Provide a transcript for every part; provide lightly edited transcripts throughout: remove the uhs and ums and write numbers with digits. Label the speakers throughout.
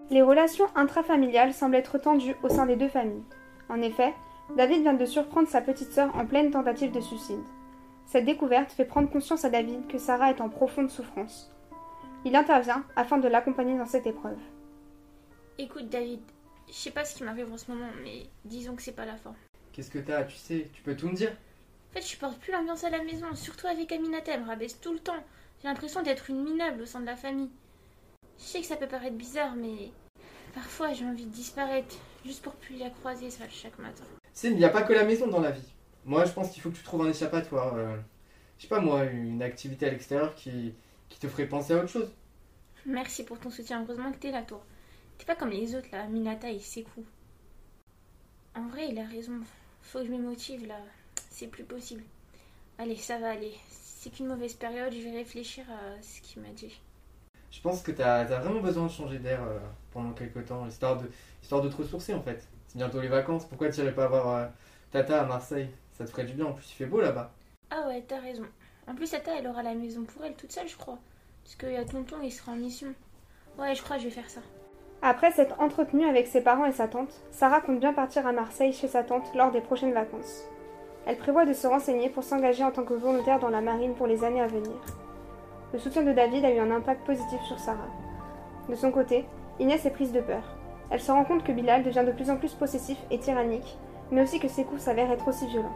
Speaker 1: Les relations intrafamiliales semblent être tendues au sein des deux familles. En effet, David vient de surprendre sa petite sœur en pleine tentative de suicide. Cette découverte fait prendre conscience à David que Sarah est en profonde souffrance. Il intervient afin de l'accompagner dans cette épreuve.
Speaker 2: Écoute David, je sais pas ce qui m'arrive en ce moment, mais disons que c'est pas la fin.
Speaker 3: Qu'est-ce que t'as, tu sais, tu peux tout me dire?
Speaker 2: En fait, je supporte plus l'ambiance à la maison, surtout avec Aminata, elle me rabaisse tout le temps. J'ai l'impression d'être une minable au sein de la famille. Je sais que ça peut paraître bizarre, mais parfois j'ai envie de disparaître, juste pour plus la croiser chaque matin.
Speaker 3: Tu sais, il n'y a pas que la maison dans la vie. Moi, je pense qu'il faut que tu trouves un échappatoire. Je sais pas moi, une activité à l'extérieur qui te ferait penser à autre chose.
Speaker 2: Merci pour ton soutien, heureusement que t'es là, toi. T'es pas comme les autres, là, Aminata et Sekou. En vrai, il a raison. Faut que je me motive, là. C'est plus possible. Allez, ça va aller. C'est qu'une mauvaise période, je vais réfléchir à ce qu'il m'a dit.
Speaker 3: Je pense que t'as vraiment besoin de changer d'air pendant quelques temps, histoire de te ressourcer en fait. C'est bientôt les vacances, pourquoi tu irais pas voir Tata à Marseille? Ça te ferait du bien, en plus il fait beau là-bas.
Speaker 2: Ah ouais, t'as raison. En plus, Tata, elle aura la maison pour elle toute seule, je crois. Parce qu'il y a tonton, il sera en mission. Ouais, je crois que je vais faire ça.
Speaker 1: Après s'être entretenue avec ses parents et sa tante, Sarah compte bien partir à Marseille chez sa tante lors des prochaines vacances. Elle prévoit de se renseigner pour s'engager en tant que volontaire dans la marine pour les années à venir. Le soutien de David a eu un impact positif sur Sarah. De son côté, Inès est prise de peur. Elle se rend compte que Bilal devient de plus en plus possessif et tyrannique, mais aussi que Sekou s'avère être aussi violent.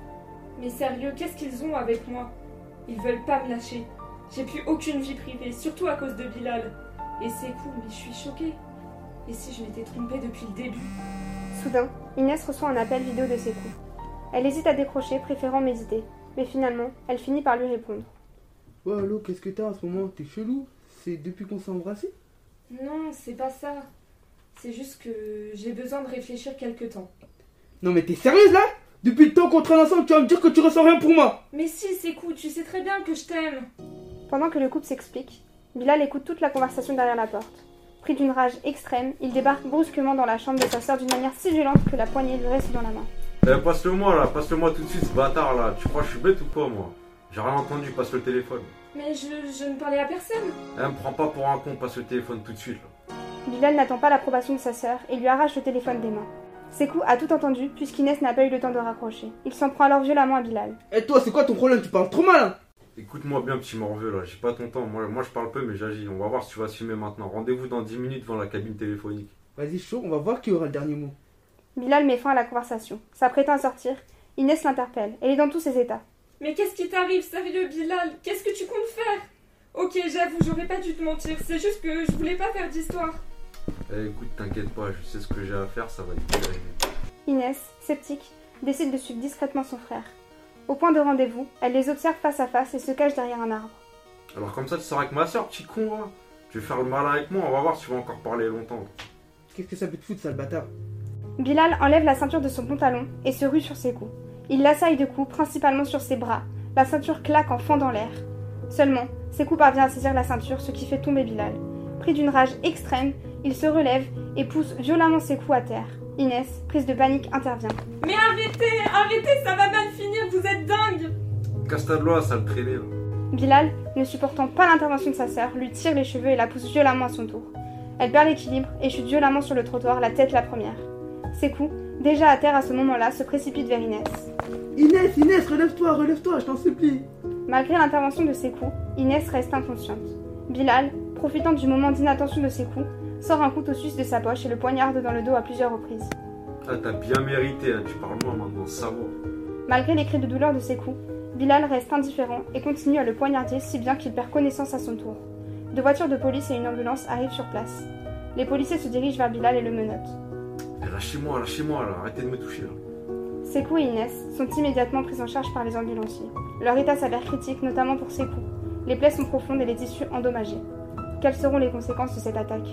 Speaker 4: Mais sérieux, qu'est-ce qu'ils ont avec moi? Ils veulent pas me lâcher. J'ai plus aucune vie privée, surtout à cause de Bilal. Et Sekou, mais je suis choquée. Et si je m'étais trompée depuis le début?
Speaker 1: Soudain, Inès reçoit un appel vidéo de Sekou. Elle hésite à décrocher, préférant méditer, mais finalement, elle finit par lui répondre.
Speaker 5: Ouais, allô, qu'est-ce que t'as en ce moment? T'es chelou? C'est depuis qu'on s'est embrassés?
Speaker 4: Non, c'est pas ça. C'est juste que j'ai besoin de réfléchir quelque temps.
Speaker 5: Non mais t'es sérieuse là? Depuis le temps qu'on traîne ensemble, tu vas me dire que tu ressens rien pour moi?
Speaker 4: Mais si, Sekou, tu sais très bien que je t'aime.
Speaker 1: Pendant que le couple s'explique, Bilal écoute toute la conversation derrière la porte. Pris d'une rage extrême, il débarque brusquement dans la chambre de sa sœur d'une manière si violente que la poignée lui reste dans la main.
Speaker 6: Passe-le-moi là, passe-le-moi tout de suite ce bâtard là. Tu crois que je suis bête ou quoi moi? J'ai rien entendu, passe le téléphone.
Speaker 4: Mais je ne parlais à personne.
Speaker 6: Me prends pas pour un con, passe le téléphone tout de suite là.
Speaker 1: Bilal n'attend pas l'approbation de sa sœur et lui arrache le téléphone des mains. Sekou a tout entendu puisqu'Inès n'a pas eu le temps de raccrocher. Il s'en prend alors violemment à Bilal.
Speaker 5: Et toi, c'est quoi ton problème? Tu parles trop mal hein?
Speaker 6: Écoute-moi bien petit morveux là, j'ai pas ton temps. Moi je parle peu mais j'agis. On va voir si tu vas se filmer maintenant. Rendez-vous dans 10 minutes devant la cabine téléphonique.
Speaker 5: Vas-y chaud, on va voir qui aura le dernier mot.
Speaker 1: Bilal met fin à la conversation. S'apprêtant à sortir, Inès l'interpelle. Elle est dans tous ses états.
Speaker 4: Mais qu'est-ce qui t'arrive, sérieux, Bilal? Qu'est-ce que tu comptes faire? Ok, j'avoue, j'aurais pas dû te mentir. C'est juste que je voulais pas faire d'histoire.
Speaker 6: Écoute, t'inquiète pas, je sais ce que j'ai à faire, ça va être bien.
Speaker 1: Inès, sceptique, décide de suivre discrètement son frère. Au point de rendez-vous, elle les observe face à face et se cache derrière un arbre.
Speaker 6: Alors comme ça tu sors avec ma soeur, petit con hein. Tu veux faire le malin avec moi, on va voir si tu vas encore parler longtemps.
Speaker 5: Qu'est-ce que ça peut te foutre, sale bâtard?
Speaker 1: Bilal enlève la ceinture de son pantalon et se rue sur ses coups. Il l'assaille de coups, principalement sur ses bras. La ceinture claque en fendant l'air. Seulement, Sekou parvient à saisir la ceinture, ce qui fait tomber Bilal. Pris d'une rage extrême, il se relève et pousse violemment Sekou à terre. Inès, prise de panique, intervient.
Speaker 4: Mais arrêtez, ça va mal finir, vous êtes dingue!
Speaker 6: Casse-ta de loi, sale traîné là.
Speaker 1: Bilal, ne supportant pas l'intervention de sa sœur, lui tire les cheveux et la pousse violemment à son tour. Elle perd l'équilibre et chute violemment sur le trottoir, la tête la première. Sekou, déjà à terre à ce moment-là, se précipite vers Inès.
Speaker 5: Inès, relève-toi, je t'en supplie.
Speaker 1: Malgré l'intervention de Sekou, Inès reste inconsciente. Bilal, profitant du moment d'inattention de Sekou, sort un couteau suisse de sa poche et le poignarde dans le dos à plusieurs reprises.
Speaker 6: Ah t'as bien mérité, hein. Tu parles moi maintenant, savoir.
Speaker 1: Malgré les cris de douleur de Sekou, Bilal reste indifférent et continue à le poignarder si bien qu'il perd connaissance à son tour. Deux voitures de police et une ambulance arrivent sur place. Les policiers se dirigent vers Bilal et le menottent.
Speaker 6: Lâchez-moi là, arrêtez de me toucher là.
Speaker 1: Sekou et Inès sont immédiatement pris en charge par les ambulanciers. Leur état s'avère critique, notamment pour Sekou. Les plaies sont profondes et les tissus endommagés. Quelles seront les conséquences de cette attaque ?